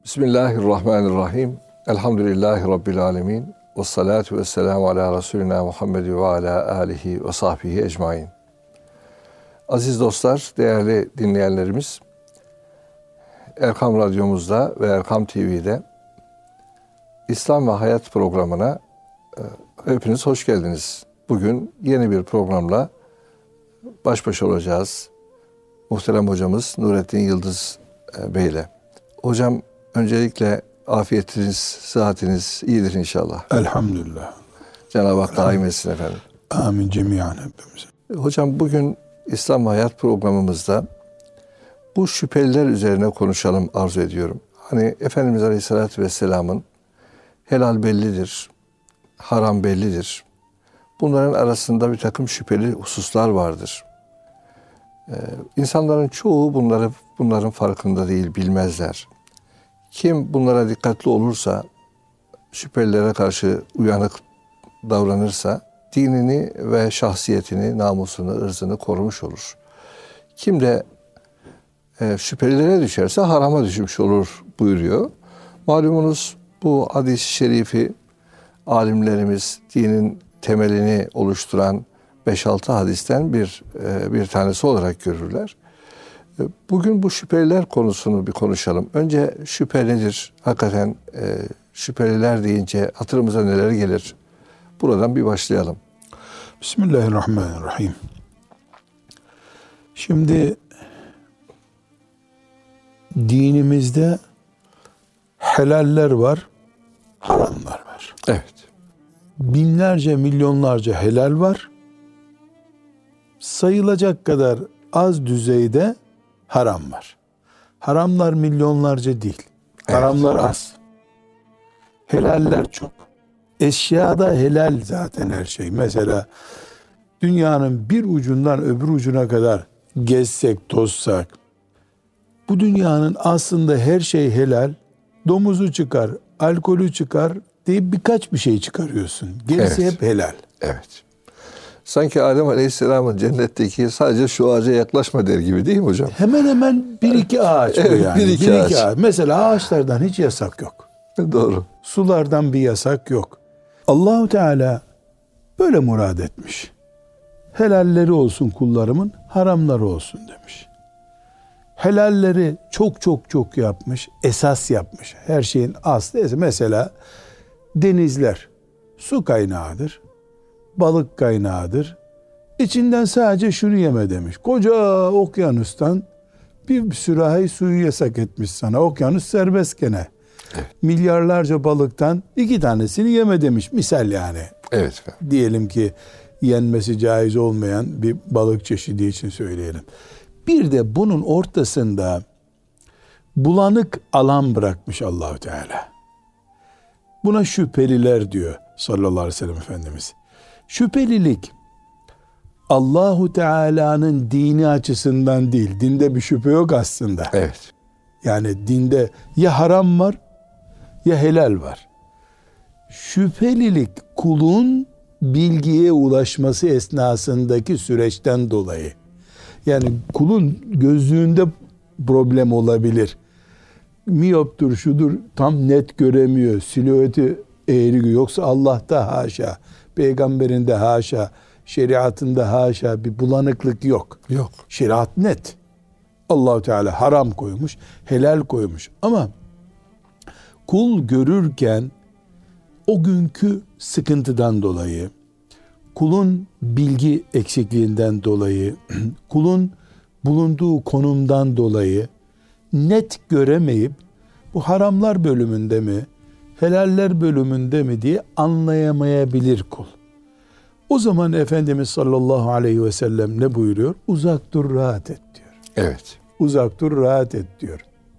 Bismillahirrahmanirrahim. Elhamdülillahi Rabbil alemin. Vessalatu vesselamu ala Resulina Muhammed ve ala alihi ve sahbihi ecmain. Aziz dostlar, değerli dinleyenlerimiz, Erkam Radyomuzda ve Erkam TV'de İslam ve Hayat programına hepiniz hoş geldiniz. Bugün yeni bir programla baş başa olacağız. Muhterem hocamız Nurettin Yıldız Bey'le. Hocam, öncelikle afiyetiniz, sıhhatiniz iyidir inşallah. Elhamdülillah. Cenab-ı Hak daim etsin efendim. Amin cemiyan hepimize. Hocam, bugün İslam ve Hayat programımızda bu şüpheliler üzerine konuşalım arzu ediyorum. Hani Efendimiz Aleyhisselatü Vesselam'ın helal bellidir, haram bellidir. Bunların arasında bir takım şüpheli hususlar vardır. İnsanların çoğu bunların farkında değil, bilmezler. Kim bunlara dikkatli olursa, şüphelilere karşı uyanık davranırsa, dinini ve şahsiyetini, namusunu, ırzını korumuş olur. Kim de şüphelilere düşerse harama düşmüş olur buyuruyor. Malumunuz bu hadis-i şerifi alimlerimiz dinin temelini oluşturan 5-6 hadisten bir tanesi olarak görürler. Bugün bu şüpheliler konusunu bir konuşalım. Önce şüphe nedir? Hakikaten şüpheliler deyince hatırımıza neler gelir? Buradan bir başlayalım. Bismillahirrahmanirrahim. Şimdi dinimizde helaller var, haramlar var. Evet. Binlerce, milyonlarca helal var. Sayılacak kadar az düzeyde haram var. Haramlar milyonlarca değil. Haramlar az. Helaller çok. Eşyada helal zaten her şey. Mesela dünyanın bir ucundan öbür ucuna kadar gezsek, tozsak, bu dünyanın aslında her şey helal. Domuzu çıkar, alkolü çıkar deyip birkaç bir şey çıkarıyorsun. Gerisi hep helal. Evet. Sanki Adem Aleyhisselam'ın cennetteki sadece şu ağaca yaklaşma der gibi değil mi hocam? Hemen hemen bir iki ağaç bu yani. Bir iki ağaç. Mesela ağaçlardan hiç yasak yok. Doğru. Sulardan bir yasak yok. Allahu Teala böyle murad etmiş. Helalleri olsun kullarımın, haramları olsun demiş. Helalleri çok yapmış, esas yapmış. Her şeyin aslı. Mesela denizler su kaynağıdır, balık kaynağıdır. İçinden sadece şunu yeme demiş. Koca okyanustan bir sürahi suyu yasak etmiş sana. Okyanus serbest gene. Evet. Milyarlarca balıktan 2 tanesini yeme demiş. Misal yani. Evet efendim. Diyelim ki yenmesi caiz olmayan bir balık çeşidi için söyleyelim. Bir de bunun ortasında bulanık alan bırakmış Allahu Teala. Buna şüpheliler diyor sallallahu aleyhi ve sellem Efendimiz. Şüphelilik Allahu Teala'nın dini açısından değil. Dinde bir şüphe yok aslında. Evet. Yani dinde ya haram var ya helal var. Şüphelilik kulun bilgiye ulaşması esnasındaki süreçten dolayı. Yani kulun gözlüğünde problem olabilir. Miyoptur, şudur, tam net göremiyor. Silüeti eğri. Yoksa Allah'ta haşa, peygamberinde haşa, şeriatında haşa bir bulanıklık yok. Yok. Şeriat net. Allah-u Teala haram koymuş, helal koymuş. Ama kul görürken o günkü sıkıntıdan dolayı, kulun bilgi eksikliğinden dolayı, kulun bulunduğu konumdan dolayı net göremeyip bu haramlar bölümünde mi, helaller bölümünde mi diye anlayamayabilir kul. O zaman Efendimiz sallallahu aleyhi ve sellem ne buyuruyor? Uzak dur, rahat et diyor. Evet. Uzak dur, rahat et diyor.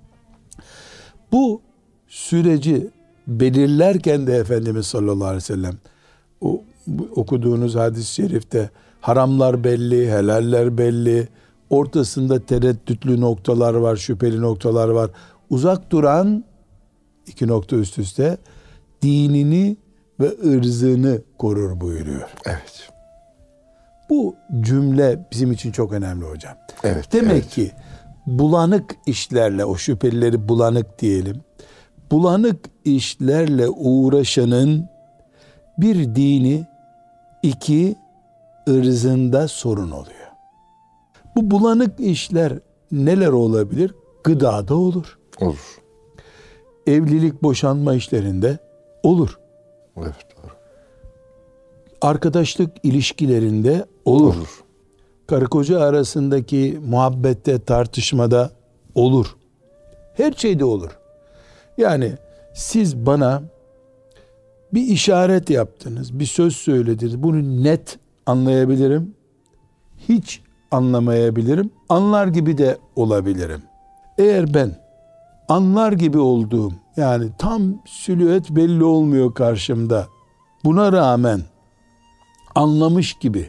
Bu süreci belirlerken de Efendimiz sallallahu aleyhi ve sellem o okuduğunuz hadis-i şerifte haramlar belli, helaller belli, ortasında tereddütlü noktalar var, şüpheli noktalar var. Uzak duran 2 nokta üst üste dinini ve ırzını korur buyuruyor. Evet. Bu cümle bizim için çok önemli hocam. Evet. Demek ki bulanık işlerle, o şüphelileri bulanık diyelim, bulanık işlerle uğraşanın bir dini, iki ırzında sorun oluyor. Bu bulanık işler neler olabilir? Gıdada olur. Olur. Evlilik, boşanma işlerinde olur. Evet, doğru. Arkadaşlık ilişkilerinde olur. Olur. Karı koca arasındaki muhabbette, tartışmada olur. Her şeyde olur. Yani siz bana bir işaret yaptınız, bir söz söylediniz. Bunu net anlayabilirim. Hiç anlamayabilirim. Anlar gibi de olabilirim. Eğer ben anlar gibi olduğum, yani tam silüet belli olmuyor karşımda, buna rağmen anlamış gibi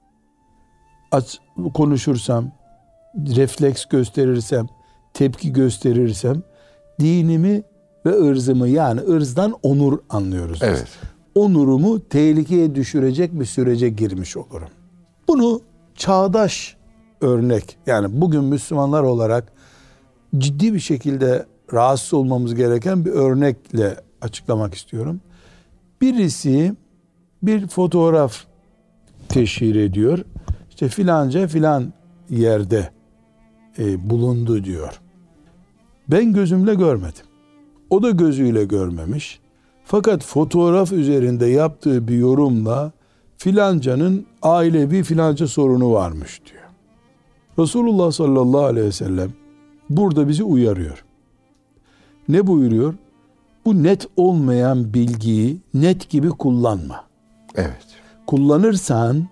konuşursam, refleks gösterirsem, tepki gösterirsem, dinimi ve ırzımı, yani ırzdan onur anlıyoruz biz. Evet. Onurumu tehlikeye düşürecek bir sürece girmiş olurum. Bunu çağdaş örnek, yani bugün Müslümanlar olarak ciddi bir şekilde rahatsız olmamız gereken bir örnekle açıklamak istiyorum. Birisi bir fotoğraf teşhir ediyor. İşte filanca filan yerde bulundu diyor. Ben gözümle görmedim. O da gözüyle görmemiş. Fakat fotoğraf üzerinde yaptığı bir yorumla filancanın ailevi filanca sorunu varmış diyor. Resulullah sallallahu aleyhi ve sellem burada bizi uyarıyor. Ne buyuruyor? Bu net olmayan bilgiyi net gibi kullanma. Evet. Kullanırsan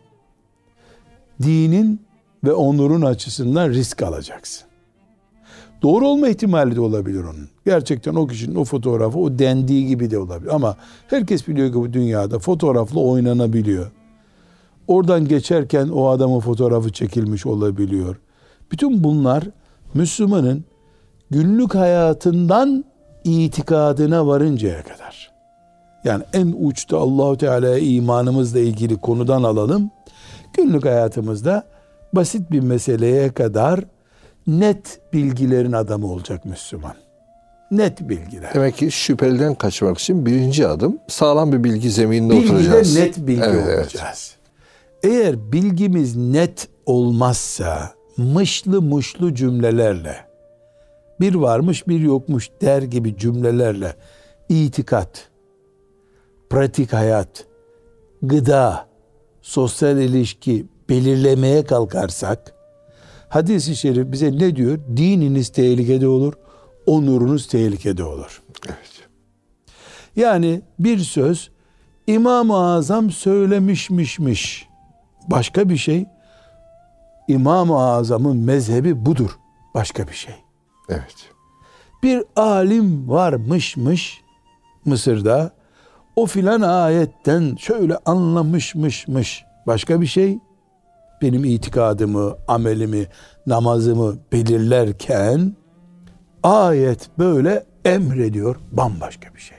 dinin ve onurun açısından risk alacaksın. Doğru olma ihtimali de olabilir onun. Gerçekten o kişinin o fotoğrafı o dendiği gibi de olabilir. Ama herkes biliyor ki bu dünyada fotoğrafla oynanabiliyor. Oradan geçerken o adamın fotoğrafı çekilmiş olabiliyor. Bütün bunlar Müslümanın günlük hayatından itikadına varıncaya kadar. Yani en uçta Allahu Teala'ya imanımızla ilgili konudan alalım. Günlük hayatımızda basit bir meseleye kadar net bilgilerin adamı olacak Müslüman. Net bilgiler. Demek ki şüpheliden kaçmak için birinci adım sağlam bir bilgi zemininde Bilgide oturacağız. net bilgi Evet, olacağız. Eğer bilgimiz net olmazsa mışlı muşlu cümlelerle, bir varmış bir yokmuş der gibi cümlelerle itikat, pratik hayat, gıda, sosyal ilişki belirlemeye kalkarsak, hadis-i şerif bize ne diyor? Dininiz tehlikede olur, onurunuz tehlikede olur. Evet. Yani bir söz İmam-ı Azam söylemişmişmiş. Başka bir şey. İmam-ı Azam'ın mezhebi budur. Başka bir şey. Evet. Bir alim varmışmış Mısır'da. O filan ayetten şöyle anlamışmışmış. Başka bir şey. Benim itikadımı, amelimi, namazımı belirlerken ayet böyle emrediyor. Bambaşka bir şey.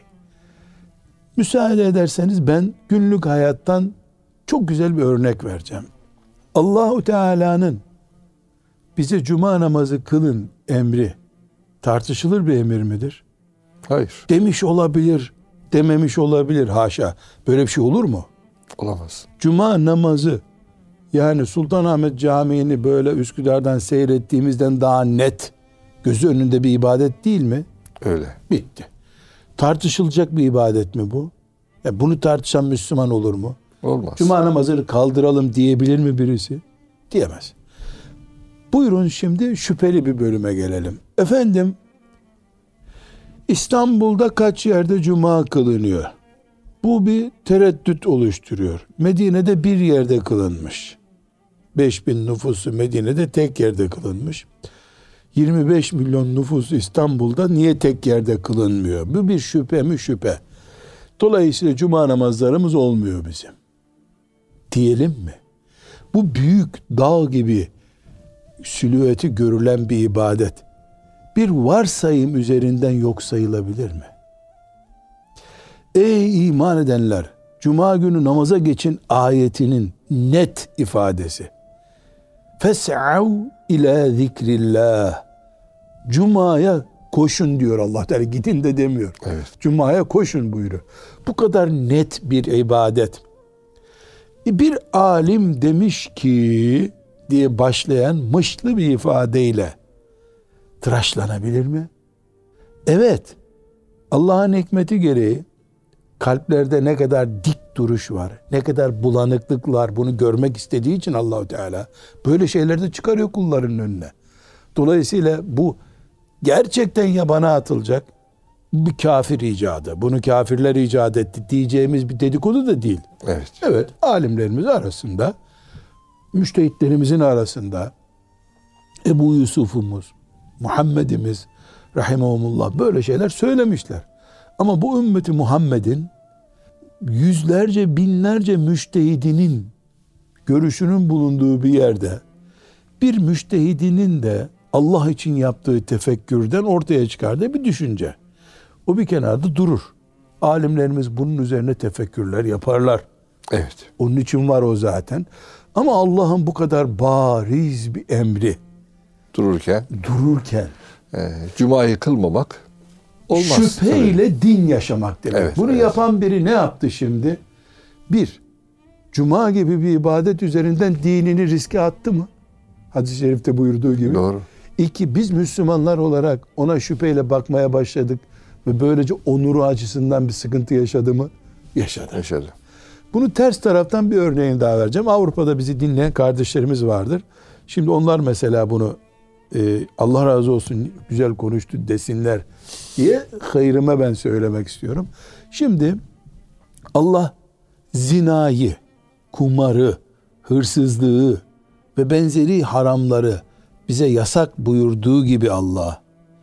Müsaade ederseniz ben günlük hayattan çok güzel bir örnek vereceğim. Allahu Teala'nın bize cuma namazı kılın emri tartışılır bir emir midir? Hayır. Demiş olabilir, dememiş olabilir, haşa. Böyle bir şey olur mu? Olamaz. Cuma namazı, yani Sultanahmet Camii'ni böyle Üsküdar'dan seyrettiğimizden daha net, gözü önünde bir ibadet değil mi? Öyle. Bitti. Tartışılacak bir ibadet mi bu? Bunu tartışan Müslüman olur mu? Olmaz. Cuma namazını kaldıralım diyebilir mi birisi? Diyemez. Buyurun şimdi şüpheli bir bölüme gelelim. Efendim, İstanbul'da kaç yerde cuma kılınıyor? Bu bir tereddüt oluşturuyor. Medine'de bir yerde kılınmış. 5000 nüfusu Medine'de tek yerde kılınmış. 25 milyon nüfus İstanbul'da niye tek yerde kılınmıyor? Bu bir şüphe mi? Şüphe. Dolayısıyla cuma namazlarımız olmuyor bizim. Diyelim mi? Bu büyük dağ gibi silüeti görülen bir ibadet bir varsayım üzerinden yok sayılabilir mi? Ey iman edenler! Cuma günü namaza geçin ayetinin net ifadesi. Fes'av ila zikrillah. Cuma'ya koşun diyor Allah Teala. Gidin de demiyor. Evet. Cuma'ya koşun buyuruyor. Bu kadar net bir ibadet. Bir alim demiş ki diye başlayan mışlı bir ifadeyle tıraşlanabilir mi? Evet. Allah'ın hikmeti gereği kalplerde ne kadar dik duruş var, ne kadar bulanıklık var, bunu görmek istediği için Allahu Teala böyle şeyler de çıkarıyor kulların önüne. Dolayısıyla bu gerçekten yabana atılacak bir kafir icadı. Bunu kafirler icat etti diyeceğimiz bir dedikodu da değil. Evet. Evet, alimlerimiz arasında, müştehitlerimizin arasında Ebu Yusuf'umuz, Muhammed'imiz rahimehumullah böyle şeyler söylemişler. Ama bu ümmeti Muhammed'in yüzlerce, binlerce müştehidinin görüşünün bulunduğu bir yerde bir müştehidinin de Allah için yaptığı tefekkürden ortaya çıkardığı bir düşünce. O bir kenarda durur. Alimlerimiz bunun üzerine tefekkürler yaparlar. Evet. Onun için var o zaten. Ama Allah'ın bu kadar bariz bir emri Dururken Cuma'yı kılmamak olmaz. şüpheyle tabii. din yaşamak demek. Evet, Bunu evet. yapan biri ne yaptı şimdi? Bir, Cuma gibi bir ibadet üzerinden dinini riske attı mı? Hadis-i şerifte buyurduğu gibi. Doğru. İki, biz Müslümanlar olarak ona şüpheyle bakmaya başladık ve böylece onuru açısından bir sıkıntı yaşadı mı? Yaşadı. Yaşadı. Bunu ters taraftan bir örneğini daha vereceğim. Avrupa'da bizi dinleyen kardeşlerimiz vardır. Şimdi onlar mesela bunu Allah razı olsun güzel konuştu desinler diye hayrıma ben söylemek istiyorum. Şimdi Allah zinayı, kumarı, hırsızlığı ve benzeri haramları bize yasak buyurduğu gibi Allah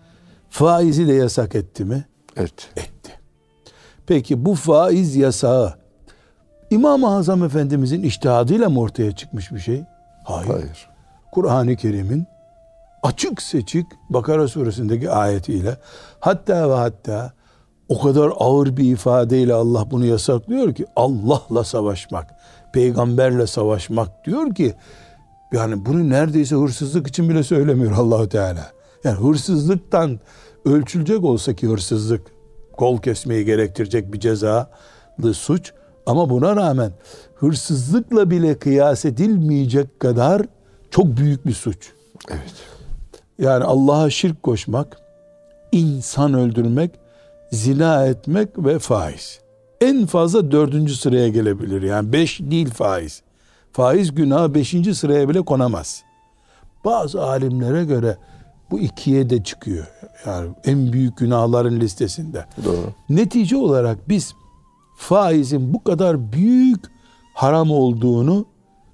faizi de yasak etti mi? Evet. Etti. Peki bu faiz yasağı İmam-ı Azam Efendimizin içtihadıyla mı ortaya çıkmış bir şey? Hayır. Kur'an-ı Kerim'in açık seçik Bakara suresindeki ayetiyle hatta ve hatta o kadar ağır bir ifadeyle Allah bunu yasaklıyor ki Allah'la savaşmak, peygamberle savaşmak diyor ki yani bunu neredeyse hırsızlık için bile söylemiyor Allahu Teala. Yani hırsızlıktan ölçülecek olsa ki hırsızlık kol kesmeyi gerektirecek bir cezalı suç ama buna rağmen hırsızlıkla bile kıyas edilmeyecek kadar çok büyük bir suç. Evet. Yani Allah'a şirk koşmak, insan öldürmek, zina etmek ve faiz. En fazla 4. sıraya gelebilir. Yani 5 değil faiz. Faiz günahı 5. sıraya bile konamaz. Bazı alimlere göre bu 2'ye de çıkıyor. Yani en büyük günahların listesinde. Doğru. Netice olarak biz faizin bu kadar büyük haram olduğunu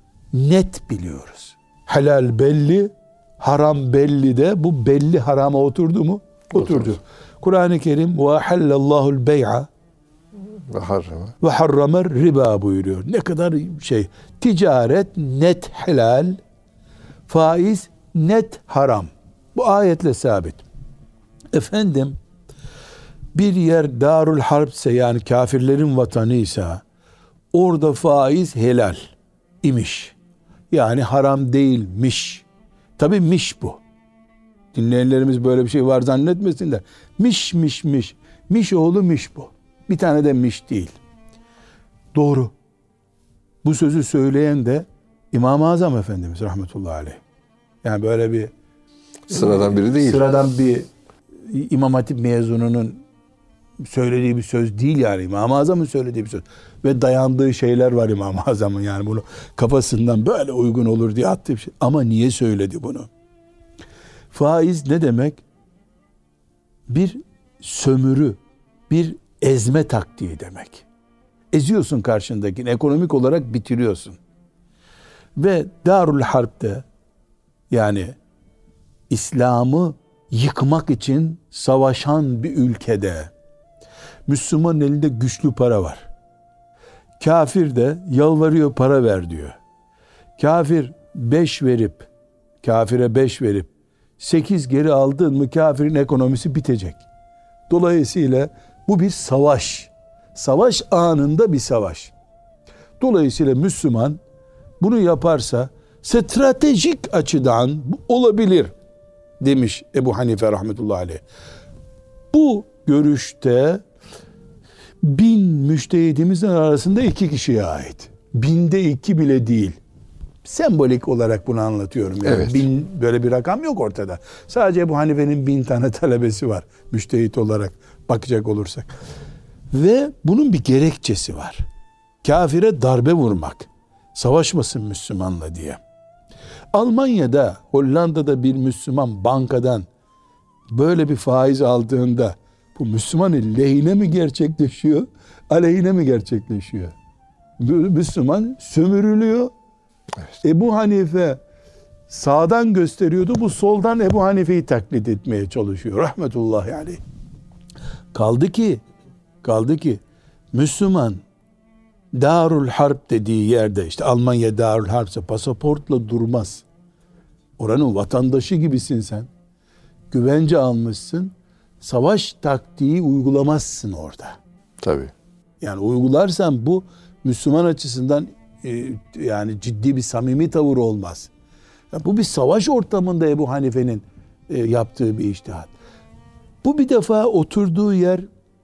net biliyoruz. Helal belli, haram belli de bu belli harama oturdu mu? Oturdu. Kur'an-ı Kerim ve hallallahul bey'a ve harramer riba buyuruyor. Ne kadar şey. Ticaret net helal, faiz net haram. Bu ayetle sabit. Efendim bir yer Darul Harp'se yani kafirlerin vatanıysa orada faiz helal imiş. Yani haram değilmiş. Tabii miş bu. Dinleyenlerimiz böyle bir şey var zannetmesinler. Miş. Miş oğlu miş bu. Bir tane de miş değil. Doğru. Bu sözü söyleyen de İmam-ı Azam Efendimiz rahmetullahi aleyh. Yani böyle bir sıradan biri değil. Sıradan bir İmam Hatip mezununun söylediği bir söz değil yani. İmam-ı Azam'ın söylediği bir söz. Ve dayandığı şeyler var İmam-ı Azam'ın. Yani bunu kafasından böyle uygun olur diye attığı bir şey. Ama niye söyledi bunu? Faiz ne demek? Bir sömürü, bir ezme taktiği demek. Eziyorsun karşındakini, ekonomik olarak bitiriyorsun. Ve Darul Harp'te yani İslam'ı yıkmak için savaşan bir ülkede Müslümanın elinde güçlü para var. Kafir de yalvarıyor para ver diyor. Kafire 5 verip 8 geri aldın mı kafirin ekonomisi bitecek. Dolayısıyla bu bir savaş. Savaş anında bir savaş. Dolayısıyla Müslüman bunu yaparsa stratejik açıdan olabilir demiş Ebu Hanife rahmetullahi aleyh. Bu görüşte 1000 müştehidimizin arasında 2 kişiye ait. 1000'de 2 bile değil. Sembolik olarak bunu anlatıyorum. Yani Evet. 1000 böyle bir rakam yok ortada. Sadece Ebu Hanife'nin 1000 tane talebesi var. Müştehit olarak bakacak olursak. Ve bunun bir gerekçesi var. Kafire darbe vurmak. Savaşmasın Müslümanla diye. Almanya'da, Hollanda'da bir Müslüman bankadan böyle bir faiz aldığında bu Müslümanın lehine mi gerçekleşiyor, aleyhine mi gerçekleşiyor? Müslüman sömürülüyor. Evet. Ebu Hanife sağdan gösteriyordu, bu soldan Ebu Hanife'yi taklit etmeye çalışıyor. Rahmetullahi aleyh. Kaldı ki Müslüman Darul Harp dediği yerde, işte Almanya Darul Harp'se pasaportla durmaz. Oranın vatandaşı gibisin sen. Güvence almışsın. Savaş taktiği uygulamazsın orada. Tabii. Yani uygularsan bu Müslüman açısından yani ciddi bir samimi tavır olmaz. Ya bu bir savaş ortamında Ebu Hanife'nin yaptığı bir içtihat. Bu bir defa oturduğu yer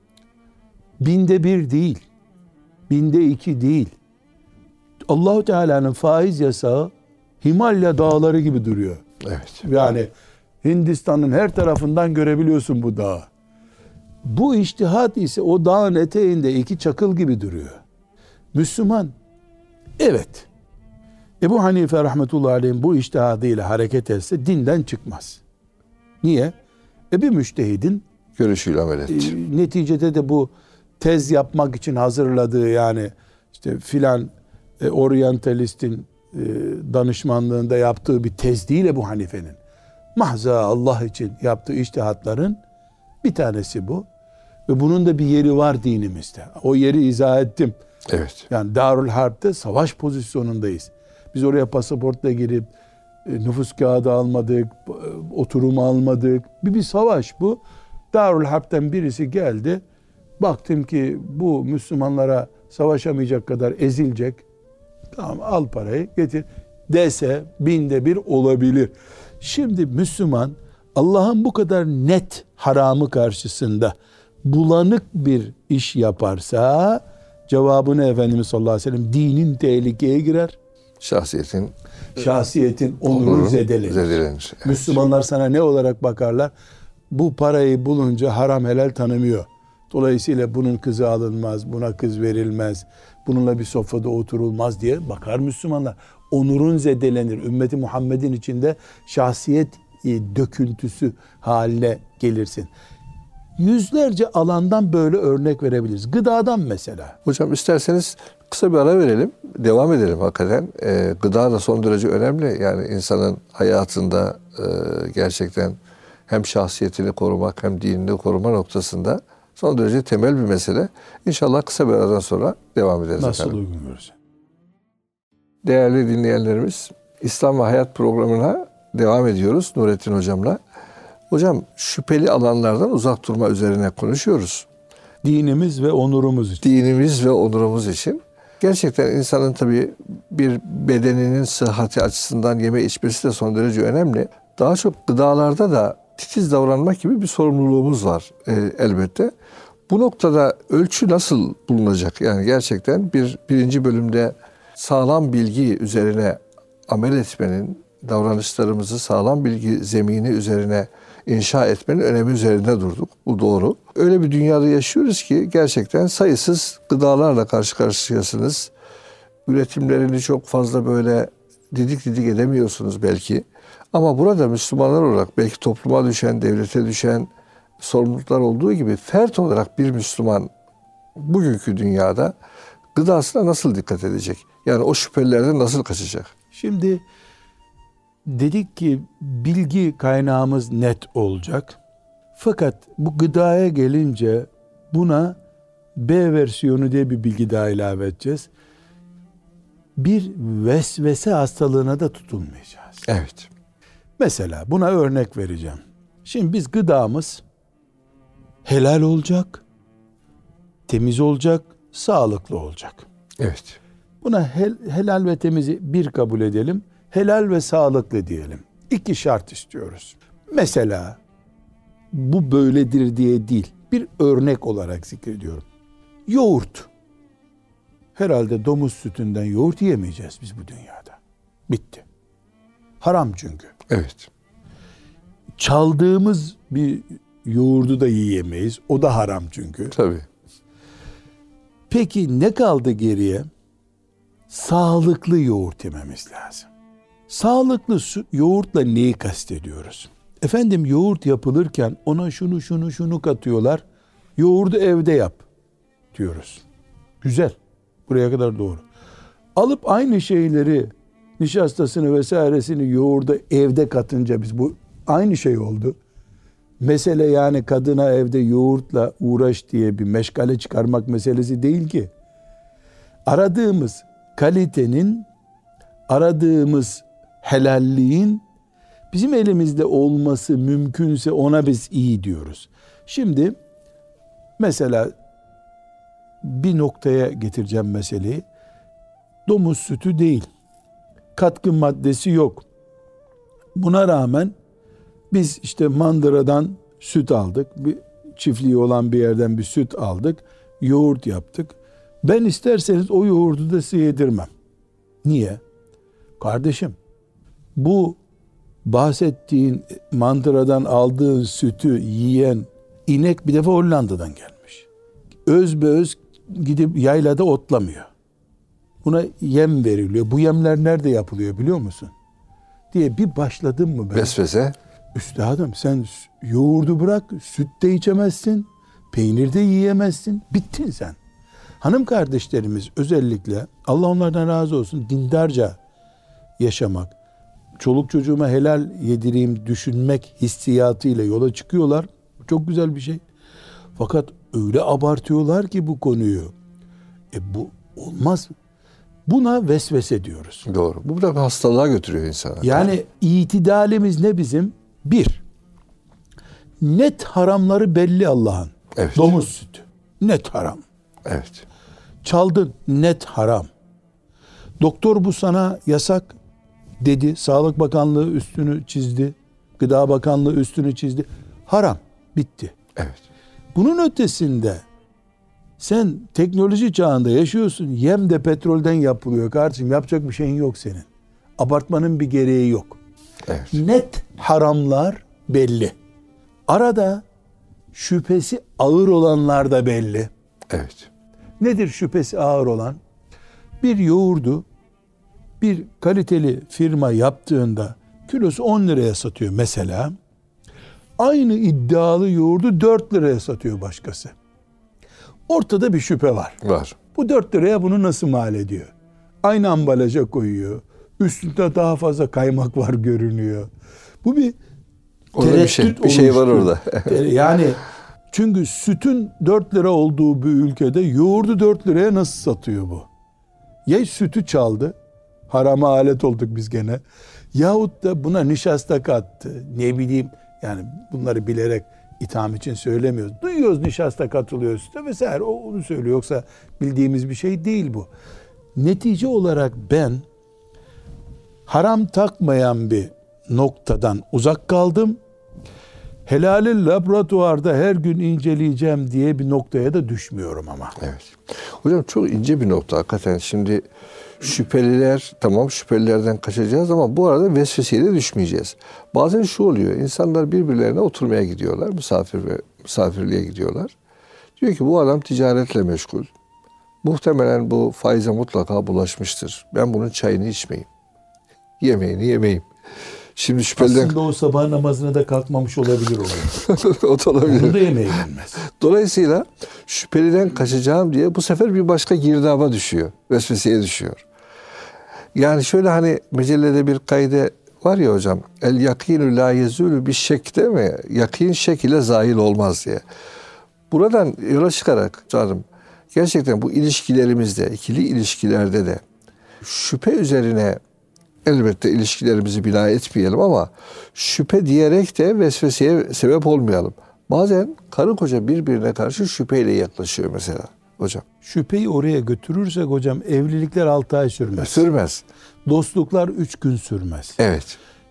1000'de 1 değil. 1000'de 2 değil. Allah-u Teala'nın faiz yasağı Himalya dağları gibi duruyor. Evet. Yani Hindistan'ın her tarafından görebiliyorsun bu dağı. Bu içtihat ise o dağın eteğinde 2 çakıl gibi duruyor. Müslüman, evet, Ebu Hanife rahmetullahi aleyh'in bu içtihadıyla hareket etse dinden çıkmaz. Niye? Bir müştehidin Görüşüyle amel etti. neticede de bu tez yapmak için hazırladığı, yani işte filan oryantalistin danışmanlığında yaptığı bir tez değil Ebu Hanife'nin. Mahza Allah için yaptığı içtihatların bir tanesi bu. Ve bunun da bir yeri var dinimizde. O yeri izah ettim. Evet. Yani Darül Harp'te savaş pozisyonundayız. Biz oraya pasaportla girip nüfus kağıdı almadık, oturumu almadık. Bir savaş bu. Darül Harp'ten birisi geldi. Baktım ki bu Müslümanlara savaşamayacak kadar ezilecek. Tamam, al parayı getir dese 1000'de 1 olabilir. Şimdi Müslüman Allah'ın bu kadar net haramı karşısında bulanık bir iş yaparsa cevabını Efendimiz sallallahu aleyhi ve sellem dinin tehlikeye girer. Şahsiyetin onuru zedelenir. Evet. Müslümanlar sana ne olarak bakarlar? Bu parayı bulunca haram helal tanımıyor. Dolayısıyla bunun kızı alınmaz, buna kız verilmez, bununla bir sofrada oturulmaz diye bakar Müslümanlar. Onurun zedelenir. Ümmeti Muhammed'in içinde şahsiyet döküntüsü haline gelirsin. Yüzlerce alandan böyle örnek verebiliriz. Gıdadan mesela. Hocam isterseniz kısa bir ara verelim. Devam edelim hakikaten. Gıda da son derece önemli. Yani insanın hayatında gerçekten hem şahsiyetini korumak hem dinini koruma noktasında son derece temel bir mesele. İnşallah kısa bir aradan sonra devam ederiz Nasıl efendim. uygun görürsen. Değerli dinleyenlerimiz, İslam ve Hayat programına devam ediyoruz Nurettin Hocam'la. Hocam, şüpheli alanlardan uzak durma üzerine konuşuyoruz. Dinimiz ve onurumuz için. Dinimiz ve onurumuz için. Gerçekten insanın tabii bir bedeninin sıhhati açısından yeme içmesi de son derece önemli. Daha çok gıdalarda da titiz davranmak gibi bir sorumluluğumuz var elbette. Bu noktada ölçü nasıl bulunacak? Yani gerçekten birinci bölümde sağlam bilgi üzerine amel etmenin, davranışlarımızı sağlam bilgi zemini üzerine inşa etmenin önemi üzerinde durduk. Bu doğru. Öyle bir dünyada yaşıyoruz ki gerçekten sayısız gıdalarla karşı karşıyasınız. Üretimlerini çok fazla böyle didik didik edemiyorsunuz belki. Ama burada Müslümanlar olarak belki topluma düşen, devlete düşen sorumluluklar olduğu gibi fert olarak bir Müslüman bugünkü dünyada gıdasına nasıl dikkat edecek? Yani o şüphelilerden nasıl kaçacak? Şimdi dedik ki bilgi kaynağımız net olacak. Fakat bu gıdaya gelince buna B versiyonu diye bir bilgi daha ilave edeceğiz. Bir vesvese hastalığına da tutulmayacağız. Evet. Mesela buna örnek vereceğim. Şimdi biz gıdamız helal olacak, temiz olacak, sağlıklı olacak. Evet. Buna helal ve temizi bir kabul edelim. Helal ve sağlıklı diyelim. 2 şart istiyoruz. Mesela bu böyledir diye değil, bir örnek olarak zikrediyorum. Yoğurt. Herhalde domuz sütünden yoğurt yiyemeyeceğiz biz bu dünyada. Bitti. Haram çünkü. Evet. Çaldığımız bir yoğurdu da yiyemeyiz. O da haram çünkü. Tabii. Peki ne kaldı geriye? Sağlıklı yoğurt yememiz lazım. Sağlıklı yoğurtla neyi kastediyoruz? Efendim yoğurt yapılırken ona şunu katıyorlar. Yoğurdu evde yap diyoruz. Güzel. Buraya kadar doğru. Alıp aynı şeyleri, nişastasını vesairesini yoğurda evde katınca biz bu aynı şey oldu. Mesele yani kadına evde yoğurtla uğraş diye bir meşgale çıkarmak meselesi değil ki. Aradığımız kalitenin, aradığımız helalliğin bizim elimizde olması mümkünse ona biz iyi diyoruz. Şimdi mesela bir noktaya getireceğim meseleyi. Domuz sütü değil. Katkı maddesi yok. Buna rağmen biz işte mandıradan süt aldık. Bir çiftliği olan bir yerden bir süt aldık. Yoğurt yaptık. Ben isterseniz o yoğurdu da size yedirmem. Niye? Kardeşim, bu bahsettiğin mandıradan aldığın sütü yiyen inek bir defa Hollanda'dan gelmiş. Özbeöz gidip yaylada otlamıyor. Buna yem veriliyor. Bu yemler nerede yapılıyor biliyor musun? Diye bir başladım mı ben? Vesvese. Üstadım sen yoğurdu bırak, süt de içemezsin, peynir de yiyemezsin. Bittin sen. Hanım kardeşlerimiz özellikle, Allah onlardan razı olsun, dindarca yaşamak, çoluk çocuğuma helal yedireyim düşünmek hissiyatıyla yola çıkıyorlar. Çok güzel bir şey. Fakat öyle abartıyorlar ki bu konuyu. Bu olmaz. Buna vesvese diyoruz. Doğru. Bu da bir hastalığa götürüyor insanı. Yani itidalimiz ne bizim? Bir, net haramları belli Allah'ın. Evet. Domuz sütü, net haram. Evet. Çaldın, net haram. Doktor bu sana yasak dedi. Sağlık Bakanlığı üstünü çizdi. Gıda Bakanlığı üstünü çizdi. Haram. Bitti. Evet. Bunun ötesinde sen teknoloji çağında yaşıyorsun. Yem de petrolden yapılıyor kardeşim. Yapacak bir şeyin yok senin. Abartmanın bir gereği yok. Evet. Net haramlar belli. Arada şüphesi ağır olanlar da belli. Evet. Nedir şüphesi ağır olan? Bir yoğurdu bir kaliteli firma yaptığında kilosu 10 liraya satıyor mesela. Aynı iddialı yoğurdu 4 liraya satıyor başkası. Ortada bir şüphe var. Var. Bu 4 liraya bunu nasıl mal ediyor? Aynı ambalaja koyuyor. Üstünde daha fazla kaymak var görünüyor. Bu bir Orada bir şey var orada. Yani çünkü sütün 4 lira olduğu bir ülkede yoğurdu 4 liraya nasıl satıyor bu? Ya sütü çaldı, harama alet olduk biz gene. Yahut da buna nişasta kattı. Ne bileyim yani bunları bilerek itham için söylemiyoruz. Duyuyoruz nişasta katılıyor süte vesaire. O onu söylüyor. Yoksa bildiğimiz bir şey değil bu. Netice olarak ben haram takmayan bir noktadan uzak kaldım. Helali laboratuvarda her gün inceleyeceğim diye bir noktaya da düşmüyorum ama. Evet. Hocam çok ince bir nokta hakikaten. Şimdi şüpheliler, tamam şüphelilerden kaçacağız ama bu arada vesveseye de düşmeyeceğiz. Bazen şu oluyor. İnsanlar birbirlerine oturmaya gidiyorlar. Misafirliğe gidiyorlar. Diyor ki bu adam ticaretle meşgul. Muhtemelen bu faize mutlaka bulaşmıştır. Ben bunun çayını içmeyeyim. Yemeğini yemeyeyim. Şimdi şüpheliden... Aslında o sabah namazına da kalkmamış olabilir o da olabilir. Onu da yemeğe gelmez. Dolayısıyla şüpheliden kaçacağım diye bu sefer bir başka girdaba düşüyor. Vesveseye düşüyor. Yani şöyle hani mecellede bir kaide var ya hocam. El yakînü lâ yezûlü bir şek değil mi? Yakîn şek ile zahil olmaz diye. Buradan yola çıkarak canım gerçekten bu ilişkilerimizde, ikili ilişkilerde de şüphe üzerine elbette ilişkilerimizi bina etmeyelim ama şüphe diyerek de vesveseye sebep olmayalım. Bazen karı koca birbirine karşı şüpheyle yaklaşıyor mesela hocam. Şüpheyi oraya götürürsek hocam evlilikler 6 ay sürmez. Sürmez. Dostluklar 3 gün sürmez. Evet.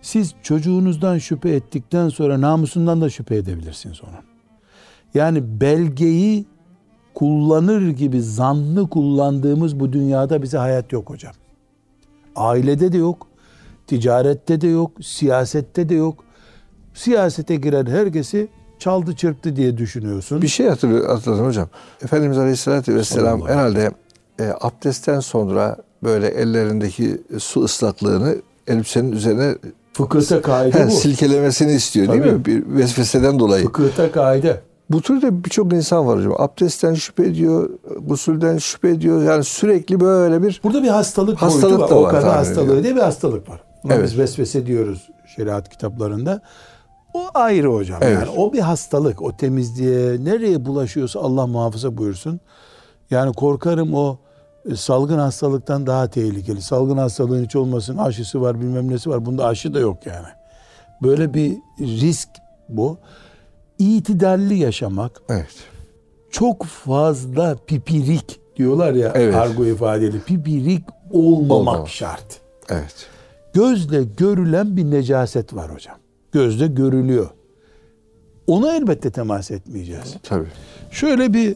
Siz çocuğunuzdan şüphe ettikten sonra namusundan da şüphe edebilirsiniz onun. Yani belgeyi kullanır gibi zannı kullandığımız bu dünyada bize hayat yok hocam. Ailede de yok, ticarette de yok, siyasette de yok. Siyasete giren herkesi çaldı çırptı diye düşünüyorsun. Bir şey hatırladım hocam. Efendimiz Aleyhisselatü Vesselam herhalde abdestten sonra böyle ellerindeki su ıslaklığını elbisenin üzerine fıkıhta kaide bu. Silkelemesini istiyor. Tabii. Değil mi? Bir vesveseden dolayı. Fıkıhta kaide. Bu türde birçok insan var hocam. Abdestten şüphe ediyor, gusülden şüphe ediyor. Yani sürekli böyle bir... Burada bir hastalık da var. O kadar hastalığı ediyor. diye bir hastalık var. Buna evet. Biz vesvese diyoruz şeriat kitaplarında. O ayrı hocam. Evet. Yani o bir hastalık. O temizliğe nereye bulaşıyorsa Allah muhafaza buyursun. Yani korkarım o salgın hastalıktan daha tehlikeli. Salgın hastalığın hiç olmasın, aşısı var, bilmem nesi var. Bunda aşı da yok yani. Böyle bir risk bu. İtidalli yaşamak. Evet. Çok fazla pipirik diyorlar ya, evet. argo ifadeli. Pipirik olmamak şart. Evet. Gözle görülen bir necaset var hocam. Gözle görülüyor. Ona elbette temas etmeyeceğiz. Tabii. Şöyle bir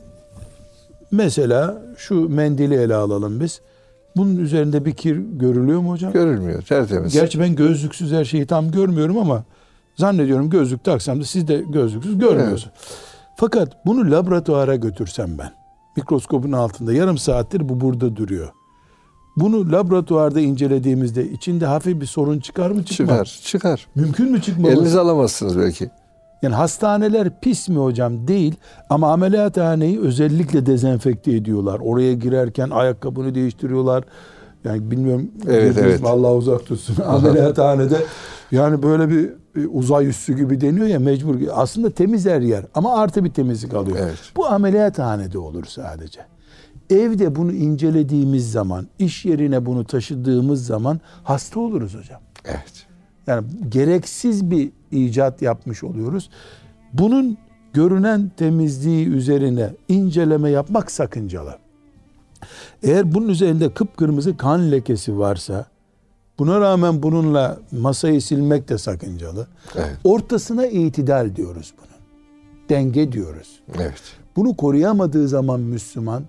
mesela şu mendili ele alalım biz. Bunun üzerinde bir kir görülüyor mu hocam? Görülmüyor. Tertemiz. Gerçi ben gözlüksüz her şeyi tam görmüyorum ama zannediyorum gözlük taksam da siz de gözlüksüz görmüyorsunuz. Evet. Fakat bunu laboratuvara götürsem ben, mikroskopun altında yarım saattir bu burada duruyor. Bunu laboratuvarda incelediğimizde içinde hafif bir sorun çıkar mı çıkmaz? Çıkar. Mümkün mü çıkmaması? Elinize alamazsınız belki. Yani hastaneler pis mi hocam? Değil. Ama ameliyathaneyi özellikle dezenfekte ediyorlar. Oraya girerken ayakkabını değiştiriyorlar. Yani bilmiyorum. Evet. Allah uzak tutsun. Ameliyathanede yani böyle bir uzay üssü gibi deniyor ya, mecbur. Aslında temiz her yer ama artı bir temizlik alıyor. Evet. Bu ameliyathanede olur sadece. Evde bunu incelediğimiz zaman, iş yerine bunu taşıdığımız zaman hasta oluruz hocam. Evet. Yani gereksiz bir icat yapmış oluyoruz. Bunun görünen temizliği üzerine inceleme yapmak sakıncalı. Eğer bunun üzerinde kıpkırmızı kan lekesi varsa, buna rağmen bununla masayı silmek de sakıncalı. Evet. Ortasına itidal diyoruz bunun. Denge diyoruz. Evet. Bunu koruyamadığı zaman Müslüman,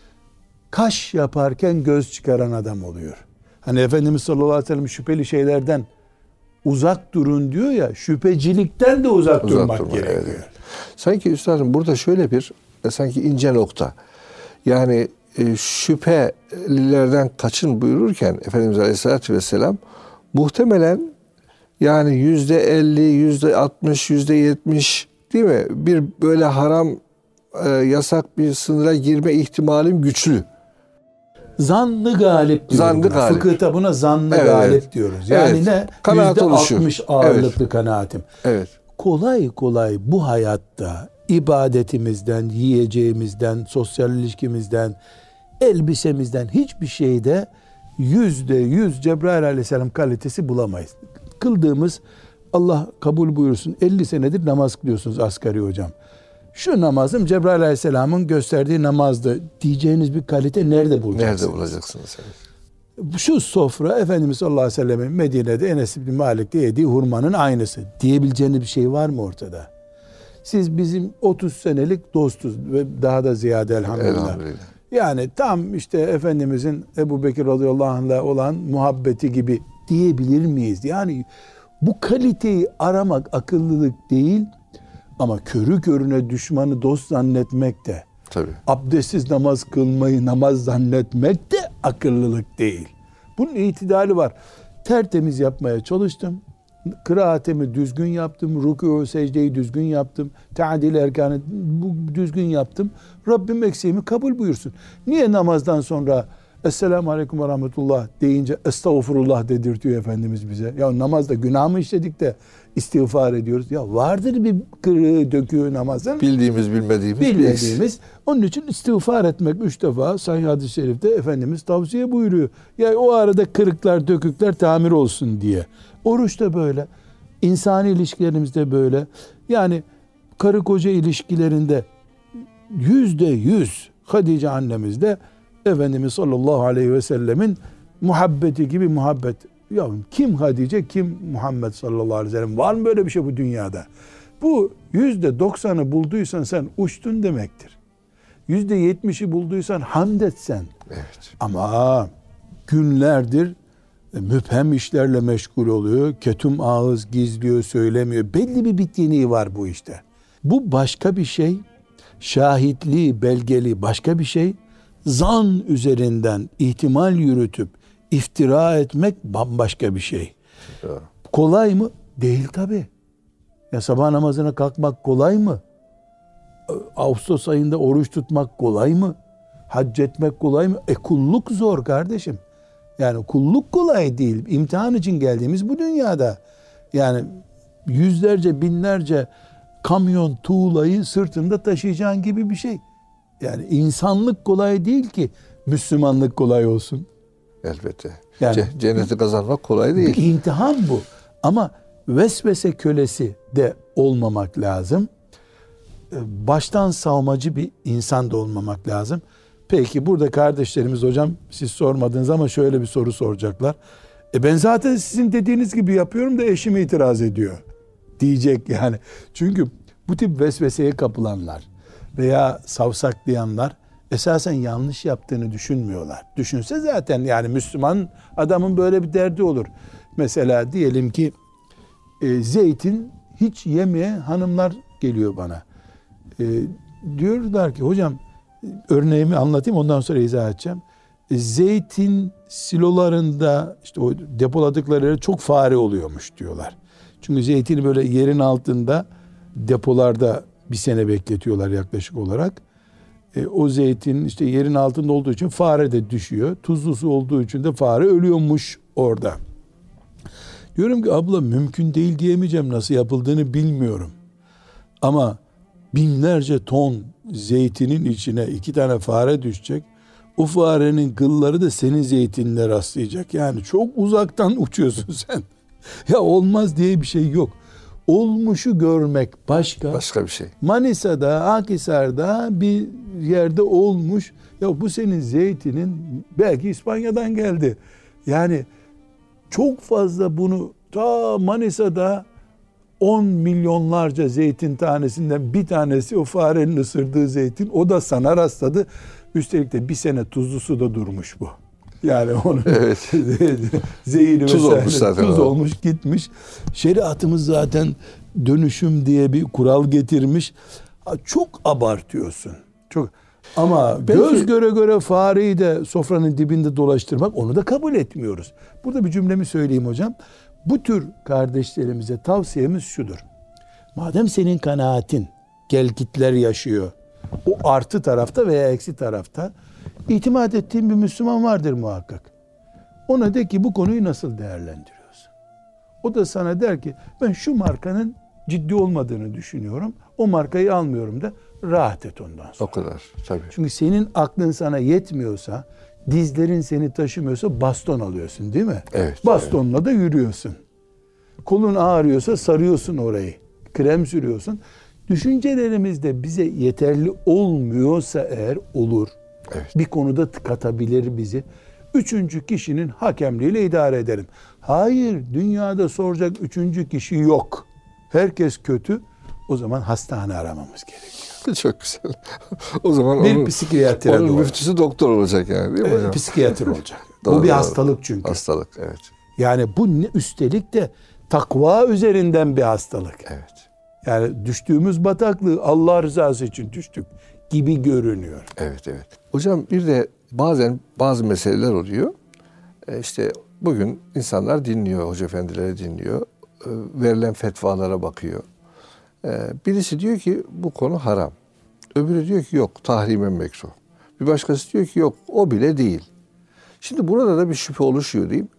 kaş yaparken göz çıkaran adam oluyor. Hani Efendimiz sallallahu aleyhi ve sellem şüpheli şeylerden uzak durun diyor ya, şüphecilikten de uzak durmak gerekiyor. Evet. Sanki üstadım burada şöyle bir sanki ince nokta. Yani şüphelilerden kaçın buyururken Efendimiz Aleyhisselatü Vesselam muhtemelen yani %50, %60, %70 değil mi? Bir böyle haram yasak bir sınıra girme ihtimalim güçlü. Zannı galip diyoruz. Zannı galip. Fıkıhta buna zannı galip diyoruz. Yani evet. Ne? Kanaat %60 ağırlıklı kanaatim. Evet. Kolay bu hayatta ibadetimizden, yiyeceğimizden, sosyal ilişkimizden, elbisemizden hiçbir şeyde %100 Cebrail aleyhisselam kalitesi bulamayız. Kıldığımız, Allah kabul buyursun, 50 senedir namaz kılıyorsunuz asgari hocam. Şu namazım Cebrail aleyhisselamın gösterdiği namazdı diyeceğiniz bir kalite nerede bulacaksınız? Nerede bulacaksınız? Şu sofra Efendimiz sallallahu aleyhi ve sellem'in Medine'de Enes bin Malik'te yediği hurmanın aynısı diyebileceğiniz bir şey var mı ortada? Siz bizim 30 senelik dostuz ve daha da ziyade elhamdülillah. Yani tam işte Efendimizin Ebu Bekir radıyallahu anh'la olan muhabbeti gibi diyebilir miyiz? Yani bu kaliteyi aramak akıllılık değil ama körü körüne düşmanı dost zannetmek de, tabii, abdestsiz namaz kılmayı namaz zannetmek de akıllılık değil. Bunun itidali var. Tertemiz yapmaya çalıştım. Kıraatimi düzgün yaptım. Rükû secdeyi düzgün yaptım. Ta'dil erkanı düzgün yaptım. Rabbim eksiğimi kabul buyursun. Niye namazdan sonra Esselamu Aleyküm ve Rahmetullah deyince Estağfurullah dedirtiyor Efendimiz bize? Ya namazda günah mı işledik de istiğfar ediyoruz? Ya vardır bir kırığı döküğü namazın. Bilmediğimiz. Onun için istiğfar etmek 3 defa Sahih hadis-i şerifte Efendimiz tavsiye buyuruyor. Yani o arada kırıklar dökükler tamir olsun diye. Oruç da böyle. İnsani ilişkilerimizde böyle. Yani karı koca ilişkilerinde %100 Hatice annemizde Efendimiz sallallahu aleyhi ve sellemin muhabbeti gibi muhabbet Ya kim Hatice, kim Muhammed sallallahu aleyhi ve sellem? Var mı böyle bir şey bu dünyada? Bu %90'ı bulduysan sen uçtun demektir. %70'i bulduysan hamd et sen. Evet. Ama günlerdir müphem işlerle meşgul oluyor. Ketum ağız gizliyor, söylemiyor. Belli bir bitkinliği var bu işte. Bu başka bir şey. Şahitli, belgeli başka bir şey. Zan üzerinden ihtimal yürütüp iftira etmek bambaşka bir şey. Doğru. Kolay mı? Değil tabii. Ya sabah namazına kalkmak kolay mı? Ağustos ayında oruç tutmak kolay mı? Hac etmek kolay mı? Kulluk zor kardeşim. Yani kulluk kolay değil. İmtihan için geldiğimiz bu dünyada. Yani yüzlerce, binlerce kamyon tuğlayı sırtında taşıyacağın gibi bir şey. Yani insanlık kolay değil ki Müslümanlık kolay olsun. Elbette. Yani Cenneti kazanmak kolay değil. Bir imtihan bu. Ama vesvese kölesi de olmamak lazım. Baştan savmacı bir insan da olmamak lazım. Peki burada kardeşlerimiz, hocam siz sormadınız ama şöyle bir soru soracaklar. Ben zaten sizin dediğiniz gibi yapıyorum da eşim itiraz ediyor diyecek yani. Çünkü bu tip vesveseye kapılanlar veya savsaklayanlar esasen yanlış yaptığını düşünmüyorlar. Düşünse zaten yani Müslüman adamın böyle bir derdi olur. Mesela diyelim ki zeytin hiç yemeye hanımlar geliyor bana. Diyorlar ki hocam, örneğimi anlatayım ondan sonra izah edeceğim. Zeytin silolarında işte o depoladıkları yere çok fare oluyormuş diyorlar. Çünkü zeytini böyle yerin altında depolarda bir sene bekletiyorlar yaklaşık olarak. O zeytin işte yerin altında olduğu için fare de düşüyor. Tuzlu su olduğu için de fare ölüyormuş orada. Diyorum ki abla mümkün değil diyemeyeceğim, nasıl yapıldığını bilmiyorum. Ama binlerce ton zeytinin içine 2 tane fare düşecek. O farenin kılları da senin zeytinine rastlayacak. Yani çok uzaktan uçuyorsun sen. Ya olmaz diye bir şey yok. Olmuşu görmek başka. Başka bir şey. Manisa'da, Akhisar'da bir yerde olmuş. Ya bu senin zeytinin belki İspanya'dan geldi. Yani çok fazla bunu ta Manisa'da 10 milyonlarca zeytin tanesinden bir tanesi o farenin ısırdığı zeytin. O da sana rastladı. Üstelik de bir sene tuzlu suda durmuş bu. Yani onun evet. zehiri tuz olmuş zaten. Tuz olmuş gitmiş. Şeriatımız zaten dönüşüm diye bir kural getirmiş. Çok abartıyorsun. Çok. Ama göz göre göre fareyi de sofranın dibinde dolaştırmak, onu da kabul etmiyoruz. Burada bir cümlemi söyleyeyim hocam. Bu tür kardeşlerimize tavsiyemiz şudur. Madem senin kanaatin gelgitler yaşıyor, o artı tarafta veya eksi tarafta itimat ettiğin bir Müslüman vardır muhakkak. Ona de ki bu konuyu nasıl değerlendiriyorsun? O da sana der ki ben şu markanın ciddi olmadığını düşünüyorum. O markayı almıyorum da rahat et ondan sonra. O kadar tabii. Çünkü senin aklın sana yetmiyorsa, dizlerin seni taşımıyorsa baston alıyorsun değil mi? Evet. Bastonla da yürüyorsun. Kolun ağrıyorsa sarıyorsun orayı. Krem sürüyorsun. Düşüncelerimiz de bize yeterli olmuyorsa eğer olur. Evet. Bir konuda tıkatabilir bizi. 3. kişinin hakemliğiyle idare ederim. Hayır, dünyada soracak 3. kişi yok. Herkes kötü. O zaman hastane aramamız gerekiyor. Çok güzel. O zaman bir psikiyatri onun müftüsü doktor olacak yani değil mi hocam? Psikiyatri olacak. Doğru, bu bir doğru. hastalık çünkü. Hastalık, evet. Yani bu üstelik de takva üzerinden bir hastalık. Evet. Yani düştüğümüz bataklığı Allah rızası için düştük gibi görünüyor. Evet, evet. Hocam bir de bazen bazı meseleler oluyor. İşte bugün insanlar dinliyor, hoca efendileri dinliyor. Verilen fetvalara bakıyor. Birisi diyor ki bu konu haram. Öbürü diyor ki yok, tahrimen mekruh. Bir başkası diyor ki yok, o bile değil. Şimdi burada da bir şüphe oluşuyor değil mi?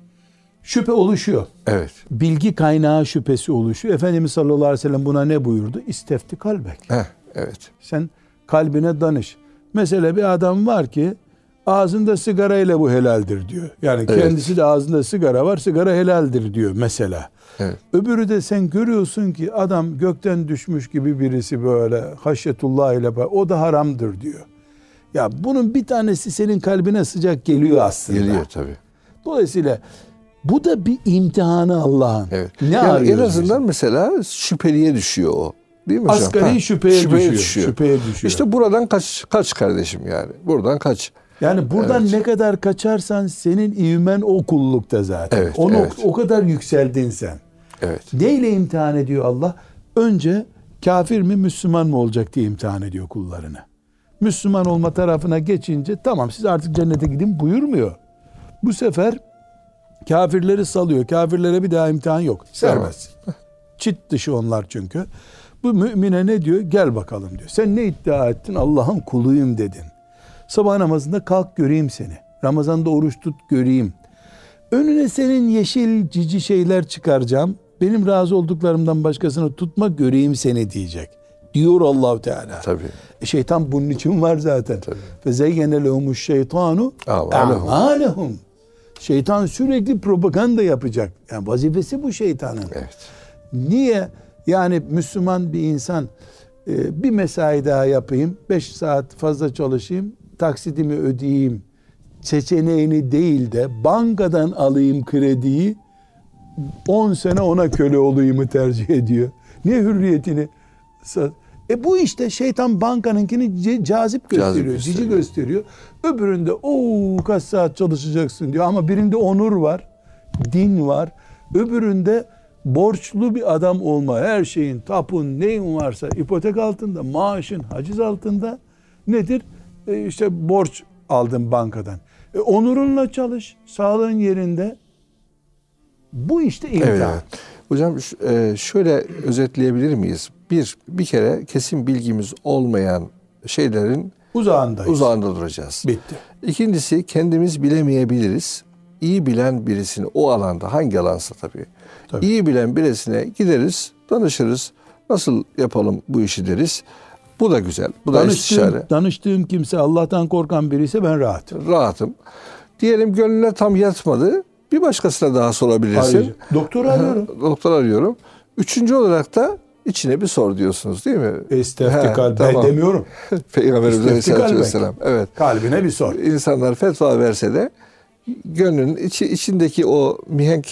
Şüphe oluşuyor. Evet. Bilgi kaynağı şüphesi oluşuyor. Efendimiz sallallahu aleyhi ve sellem buna ne buyurdu? İstefti kalbek. Evet. Sen kalbine danış. Mesela bir adam var ki ağzında sigarayla bu helaldir diyor. Yani kendisi de ağzında sigara var, sigara helaldir diyor mesela. Evet. Öbürü de sen görüyorsun ki adam gökten düşmüş gibi birisi böyle haşyetullah ile, o da haramdır diyor. Ya bunun bir tanesi senin kalbine sıcak geliyor aslında. Geliyor tabii. Dolayısıyla Bu da bir imtihanı Allah'ın. Evet. Ne yani en arıyoruz azından mesela şüpheliye düşüyor o. Değil mi hocam? Asgari şüpheye düşüyor. Şüpheye düşüyor. İşte buradan kaç kardeşim yani. Buradan kaç. Yani buradan Evet. ne kadar kaçarsan senin ivmen o kullukta zaten. Evet, Evet. evet. O kadar yükseldin sen. Evet. Neyle imtihan ediyor Allah? Önce kafir mi Müslüman mı olacak diye imtihan ediyor kullarını. Müslüman olma tarafına geçince tamam siz artık cennete gidin buyurmuyor. Bu sefer kafirleri salıyor. Kafirlere bir daha imtihan yok. Serbest. Çit dışı onlar çünkü. Bu mümine ne diyor? Gel bakalım diyor. Sen ne iddia ettin? Allah'ın kuluyum dedin. Sabah namazında kalk göreyim seni. Ramazan'da oruç tut göreyim. Önüne senin yeşil cici şeyler çıkaracağım. Benim razı olduklarımdan başkasını tutma göreyim seni diyecek. Diyor Allah-u Teala. Tabii. Şeytan bunun için var zaten. Ve zeyyene lehumuş şeytanu a'malehum. Şeytan sürekli propaganda yapacak. Yani vazifesi bu şeytanın. Evet. Niye? Yani Müslüman bir insan bir mesai daha yapayım, 5 saat fazla çalışayım, taksidimi ödeyeyim seçeneğini değil de bankadan alayım krediyi, 10 sene ona köle olayımı tercih ediyor. Niye hürriyetini? Bu işte şeytan bankanınkini cazip gösteriyor, cici gösteriyor. Öbüründe kaç saat çalışacaksın diyor ama birinde onur var, din var. Öbüründe borçlu bir adam olma, her şeyin, tapun, neyin varsa ipotek altında, maaşın haciz altında nedir? İşte borç aldın bankadan. Onurunla çalış, sağlığın yerinde. Bu işte imtihan. Evet. Hocam şöyle özetleyebilir miyiz? Bir kere kesin bilgimiz olmayan şeylerin uzağında duracağız. Bitti. İkincisi kendimiz bilemeyebiliriz. İyi bilen birisini o alanda, hangi alansa tabii. İyi bilen birisine gideriz, danışırız. Nasıl yapalım bu işi deriz. Bu da güzel. Bu da istişare. Danıştığım kimse Allah'tan korkan biriyse ben rahatım. Rahatım. Diyelim gönlüne tam yatmadı. Bir başkasına daha sorabilirsin. Doktor arıyorum. Doktor arıyorum. Üçüncü olarak da içine bir sor diyorsunuz değil mi? Estefti kalbek tamam. demiyorum. Peygamberimiz Aleyhisselatü Vesselam. Evet. Kalbine bir sor. İnsanlar fetva verse de gönlün içindeki o mihenk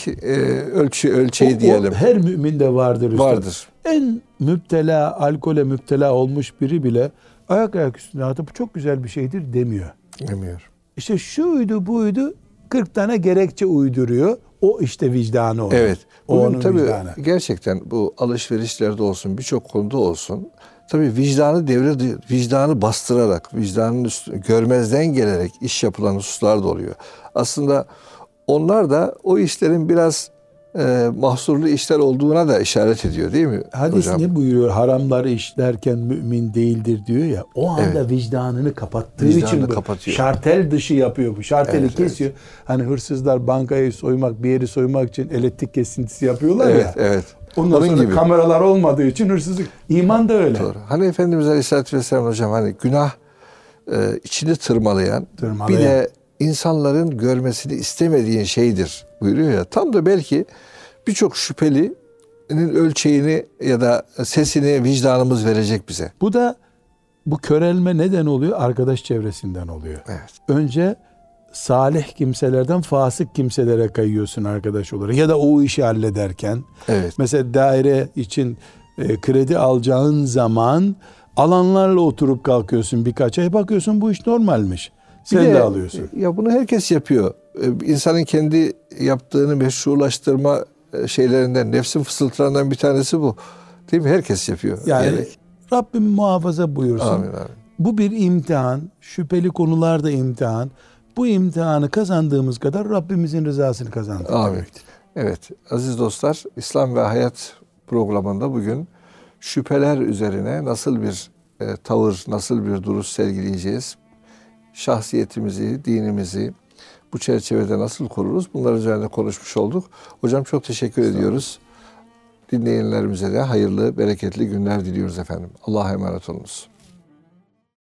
ölçeği diyelim. Her müminde vardır. Vardır. En alkole müptela olmuş biri bile ayak üstüne atıp çok güzel bir şeydir demiyor. Demiyor. İşte şuydu buydu 40 tane gerekçe uyduruyor. O işte vicdanı oluyor. Evet. O onun tabii vicdanı. gerçekten bu alışverişlerde olsun, birçok konuda olsun. Tabii vicdanı bastırarak, vicdanın görmezden gelerek iş yapılan hususlar da oluyor. Aslında onlar da o işlerin biraz mahsurlu işler olduğuna da işaret ediyor değil mi Hadis hocam? ne buyuruyor? Haramları işlerken mümin değildir diyor ya. O anda vicdanını kapattığı için kapatıyor. Şartel dışı yapıyor bu. Şarteli kesiyor. Evet. Hani hırsızlar bankayı soymak, bir yeri soymak için elektrik kesintisi yapıyorlar ya. Evet. Ondan Onun sonra gibi. kameralar olmadığı için hırsızlık. İman da öyle. Doğru. Hani Efendimiz Aleyhisselatü Vesselam hocam hani günah içini tırmalayan bir de insanların görmesini istemediğin şeydir buyuruyor ya. Tam da belki birçok şüphelinin ölçeğini ya da sesini vicdanımız verecek bize. Bu körelme neden oluyor? Arkadaş çevresinden oluyor. Evet. Önce salih kimselerden fasık kimselere kayıyorsun arkadaş olarak. Ya da o işi hallederken. Evet. Mesela daire için kredi alacağın zaman alanlarla oturup kalkıyorsun birkaç ay. Bakıyorsun bu iş normalmiş. Sen de alıyorsun. Ya bunu herkes yapıyor. İnsanın kendi yaptığını meşrulaştırma şeylerinden, nefsin fısıltılarından bir tanesi bu. Değil mi? Herkes yapıyor. Yani Rabbim muhafaza buyursun. Amin, amin. Bu bir imtihan. Şüpheli konularda imtihan. Bu imtihanı kazandığımız kadar Rabbimizin rızasını kazandık. Amin. Evet. Aziz dostlar, İslam ve Hayat programında bugün şüpheler üzerine nasıl bir tavır, nasıl bir duruş sergileyeceğiz? Şahsiyetimizi, dinimizi bu çerçevede nasıl koruruz? Bunlar üzerine konuşmuş olduk. Hocam çok teşekkür ediyoruz. Dinleyenlerimize de hayırlı, bereketli günler diliyoruz efendim. Allah'a emanet olunuz.